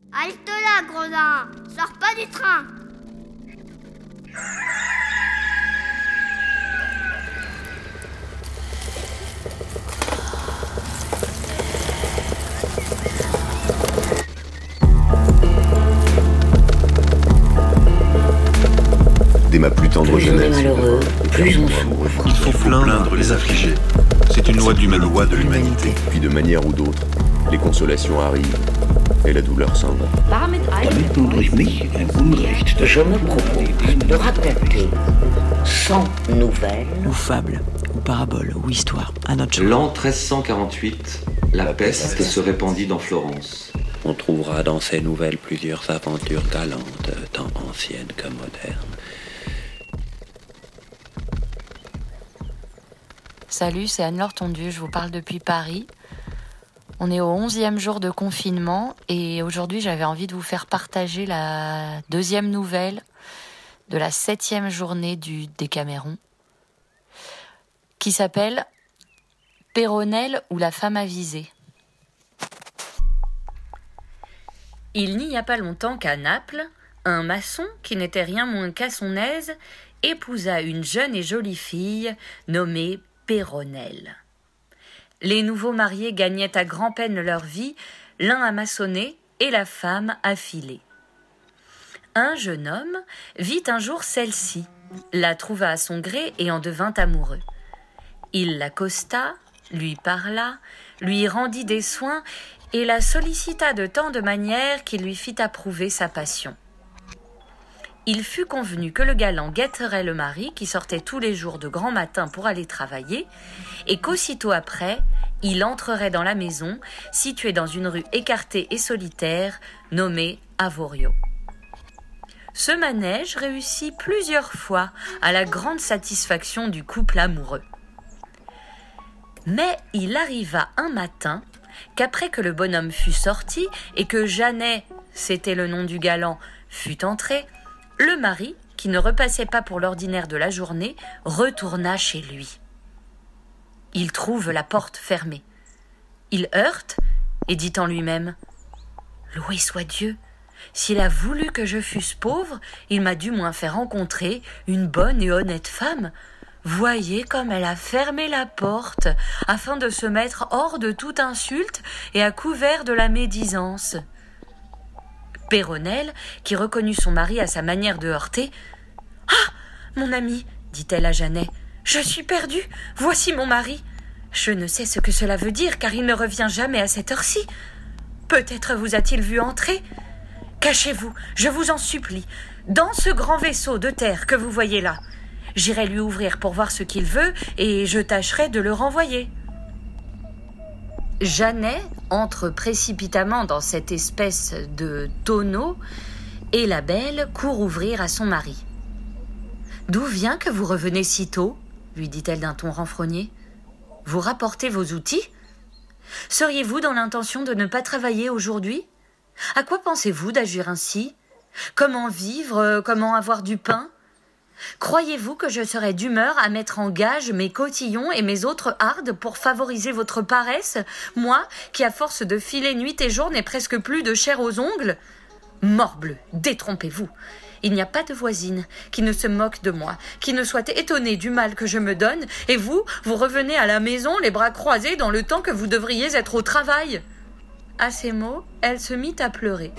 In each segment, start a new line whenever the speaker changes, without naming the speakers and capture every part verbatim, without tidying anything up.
Halte là, gredin! Sors pas du train!
Dès ma plus tendre
Plus
jeunesse,
on est malheureux, plus on souffre.
Il faut plaindre les affligés. C'est une loi de l'humanité.
loi de l'humanité. Puis de manière ou d'autre, les consolations arrivent et la douleur s'en va.
Damit du durch mich ein Unrecht. Je me propose de raconter cent nouvelles
ou fables, ou paraboles, ou histoires, à notre genre.
L'an treize cent quarante-huit, la peste se répandit dans Florence.
On trouvera dans ces nouvelles plusieurs aventures galantes, tant anciennes que modernes.
Salut, c'est Anne-Laure Tondu, je vous parle depuis Paris. On est au onzième jour de confinement et aujourd'hui j'avais envie de vous faire partager la deuxième nouvelle de la septième journée du Décaméron qui s'appelle Péronnelle ou la femme avisée. Il n'y a pas longtemps qu'à Naples, un maçon qui n'était rien moins qu'à son aise épousa une jeune et jolie fille nommée Péronnelle. Les nouveaux mariés gagnaient à grand-peine leur vie, l'un à maçonner et la femme à filer. Un jeune homme vit un jour celle-ci, la trouva à son gré et en devint amoureux. Il l'accosta, lui parla, lui rendit des soins et la sollicita de tant de manières qu'il lui fit approuver sa passion. Il fut convenu que le galant guetterait le mari qui sortait tous les jours de grand matin pour aller travailler et qu'aussitôt après, il entrerait dans la maison située dans une rue écartée et solitaire nommée Avorio. Ce manège réussit plusieurs fois à la grande satisfaction du couple amoureux. Mais il arriva un matin qu'après que le bonhomme fut sorti et que Jeannet, c'était le nom du galant, fut entré, le mari, qui ne repassait pas pour l'ordinaire de la journée, retourna chez lui. Il trouve la porte fermée. Il heurte et dit en lui-même « Loué soit Dieu, s'il a voulu que je fusse pauvre, il m'a du moins fait rencontrer une bonne et honnête femme. Voyez comme elle a fermé la porte afin de se mettre hors de toute insulte et à couvert de la médisance. » Péronnelle, qui reconnut son mari à sa manière de heurter. « Ah, mon ami, dit-elle à Jeannet, je suis perdue, voici mon mari. Je ne sais ce que cela veut dire, car il ne revient jamais à cette heure-ci. Peut-être vous a-t-il vu entrer. Cachez-vous, je vous en supplie, dans ce grand vaisseau de terre que vous voyez là. J'irai lui ouvrir pour voir ce qu'il veut, et je tâcherai de le renvoyer. » Jeannet entre précipitamment dans cette espèce de tonneau et la belle court ouvrir à son mari. « D'où vient que vous revenez si tôt ?» lui dit-elle d'un ton renfrogné. « Vous rapportez vos outils ? Seriez-vous dans l'intention de ne pas travailler aujourd'hui ? À quoi pensez-vous d'agir ainsi ? Comment vivre ? Comment avoir du pain ? Croyez-vous que je serais d'humeur à mettre en gage mes cotillons et mes autres hardes pour favoriser votre paresse, moi, qui à force de filer nuit et jour n'ai presque plus de chair aux ongles ? Morbleu, détrompez-vous. Il n'y a pas de voisine qui ne se moque de moi, qui ne soit étonnée du mal que je me donne, et vous, vous revenez à la maison les bras croisés dans le temps que vous devriez être au travail. » À ces mots, elle se mit à pleurer.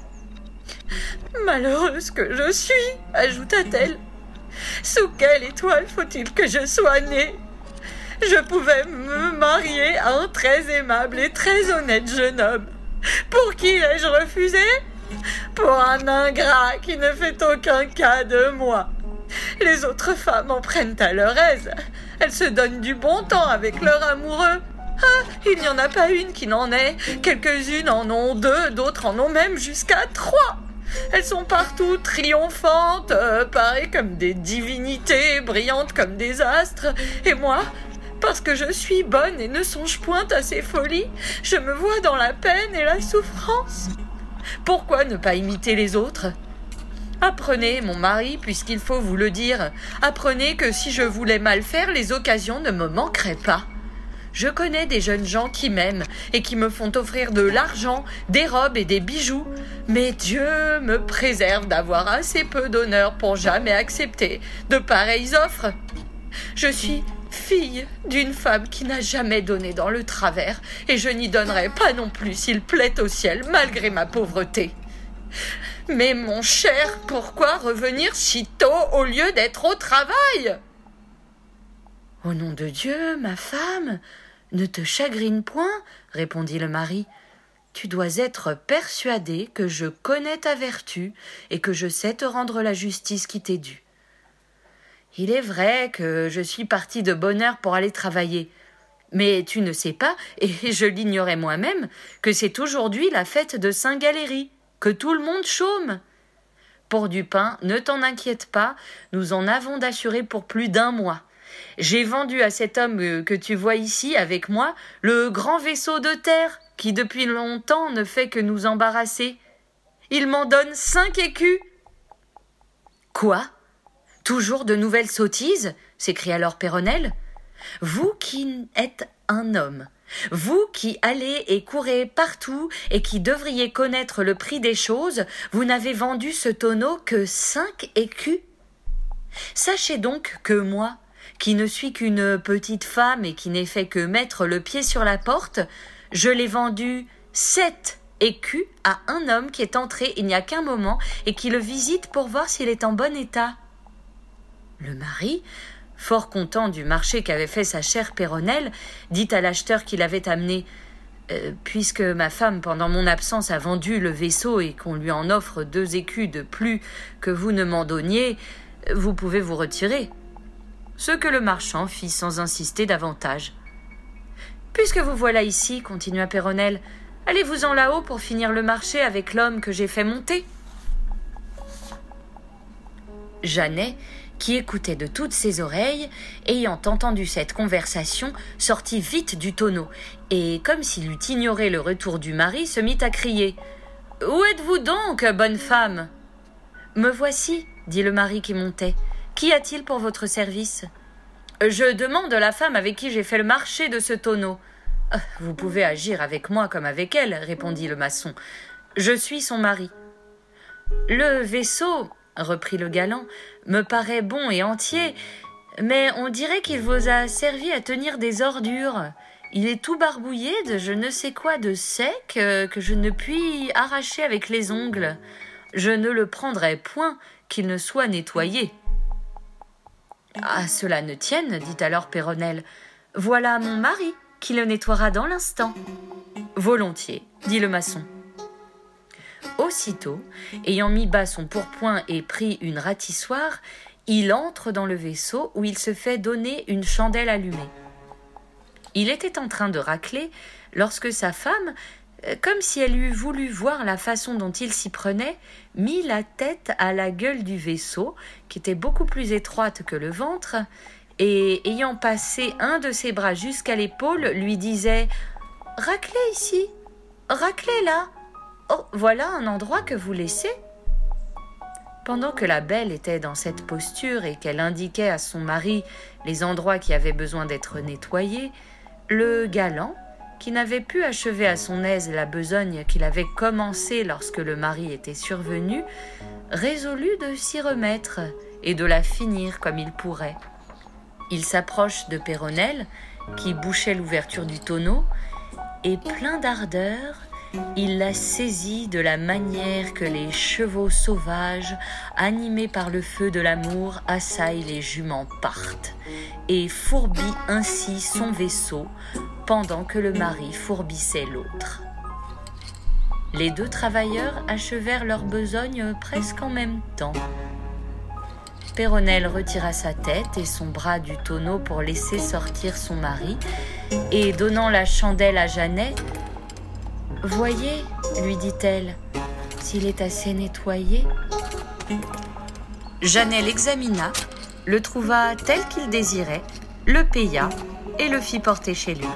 « Malheureuse que je suis, ajouta-t-elle. Sous quelle étoile faut-il que je sois née ? Je pouvais me marier à un très aimable et très honnête jeune homme. Pour qui ai-je refusé ? Pour un ingrat qui ne fait aucun cas de moi. Les autres femmes en prennent à leur aise. Elles se donnent du bon temps avec leur amoureux. Ah, il n'y en a pas une qui n'en ait. Quelques-unes en ont deux, d'autres en ont même jusqu'à trois. Elles sont partout triomphantes, euh, pareilles comme des divinités, brillantes comme des astres. Et moi, parce que je suis bonne et ne songe point à ces folies, je me vois dans la peine et la souffrance. Pourquoi ne pas imiter les autres ? Apprenez, mon mari, puisqu'il faut vous le dire, apprenez que si je voulais mal faire, les occasions ne me manqueraient pas. Je connais des jeunes gens qui m'aiment et qui me font offrir de l'argent, des robes et des bijoux. Mais Dieu me préserve d'avoir assez peu d'honneur pour jamais accepter de pareilles offres. Je suis fille d'une femme qui n'a jamais donné dans le travers et je n'y donnerai pas non plus s'il plaît au ciel malgré ma pauvreté. Mais mon cher, pourquoi revenir si tôt au lieu d'être au travail ? Au nom de Dieu, ma femme, ne te chagrine point, répondit le mari. Tu dois être persuadée que je connais ta vertu et que je sais te rendre la justice qui t'est due. Il est vrai que je suis partie de bonne heure pour aller travailler, mais tu ne sais pas, et je l'ignorais moi-même, que c'est aujourd'hui la fête de Saint-Galéry, que tout le monde chôme. Pour du pain, ne t'en inquiète pas, nous en avons d'assuré pour plus d'un mois. J'ai vendu à cet homme que tu vois ici avec moi le grand vaisseau de terre qui depuis longtemps ne fait que nous embarrasser. Il m'en donne cinq écus. Quoi ? Toujours de nouvelles sottises ? S'écria alors Péronnelle. Vous qui êtes un homme, vous qui allez et courez partout et qui devriez connaître le prix des choses, vous n'avez vendu ce tonneau que cinq écus ? Sachez donc que moi, qui ne suis qu'une petite femme et qui n'ai fait que mettre le pied sur la porte, je l'ai vendu sept écus à un homme qui est entré il n'y a qu'un moment et qui le visite pour voir s'il est en bon état. Le mari, fort content du marché qu'avait fait sa chère Péronnelle, dit à l'acheteur qui l'avait amené euh, « Puisque ma femme, pendant mon absence, a vendu le vaisseau et qu'on lui en offre deux écus de plus que vous ne m'en donniez, vous pouvez vous retirer. » Ce que le marchand fit sans insister davantage. « Puisque vous voilà ici, continua Péronnelle, allez-vous-en là-haut pour finir le marché avec l'homme que j'ai fait monter. » Jeannet, qui écoutait de toutes ses oreilles, ayant entendu cette conversation, sortit vite du tonneau, et, comme s'il eût ignoré le retour du mari, se mit à crier « Où êtes-vous donc, bonne femme ?»« Me voici, » dit le mari qui montait. « Qu'y a-t-il pour votre service ?»« Je demande la femme avec qui j'ai fait le marché de ce tonneau. »« Vous pouvez agir avec moi comme avec elle, » répondit le maçon. « Je suis son mari. »« Le vaisseau, » reprit le galant, « me paraît bon et entier, mais on dirait qu'il vous a servi à tenir des ordures. Il est tout barbouillé de je ne sais quoi de sec euh, que je ne puis arracher avec les ongles. Je ne le prendrai point qu'il ne soit nettoyé. » « À cela ne tienne, dit alors Péronnelle. Voilà mon mari qui le nettoiera dans l'instant. »« Volontiers, dit le maçon. » Aussitôt, ayant mis bas son pourpoint et pris une ratissoire, il entre dans le vaisseau où il se fait donner une chandelle allumée. Il était en train de racler lorsque sa femme, comme si elle eût voulu voir la façon dont il s'y prenait, mit la tête à la gueule du vaisseau, qui était beaucoup plus étroite que le ventre, et, ayant passé un de ses bras jusqu'à l'épaule, lui disait « Raclez ici, raclez là. Oh, voilà un endroit que vous laissez. » Pendant que la belle était dans cette posture et qu'elle indiquait à son mari les endroits qui avaient besoin d'être nettoyés, le galant, qui n'avait pu achever à son aise la besogne qu'il avait commencée lorsque le mari était survenu, résolut de s'y remettre et de la finir comme il pourrait. Il s'approche de Péronnelle, qui bouchait l'ouverture du tonneau, et plein d'ardeur, il la saisit de la manière que les chevaux sauvages, animés par le feu de l'amour, assaillent les juments partent, et fourbit ainsi son vaisseau, pendant que le mari fourbissait l'autre. Les deux travailleurs achevèrent leur besogne presque en même temps. Péronnelle retira sa tête et son bras du tonneau pour laisser sortir son mari, et donnant la chandelle à Jeannet, « Voyez, lui dit-elle, s'il est assez nettoyé. » Jeannet l'examina, le trouva tel qu'il désirait, le paya et le fit porter chez lui.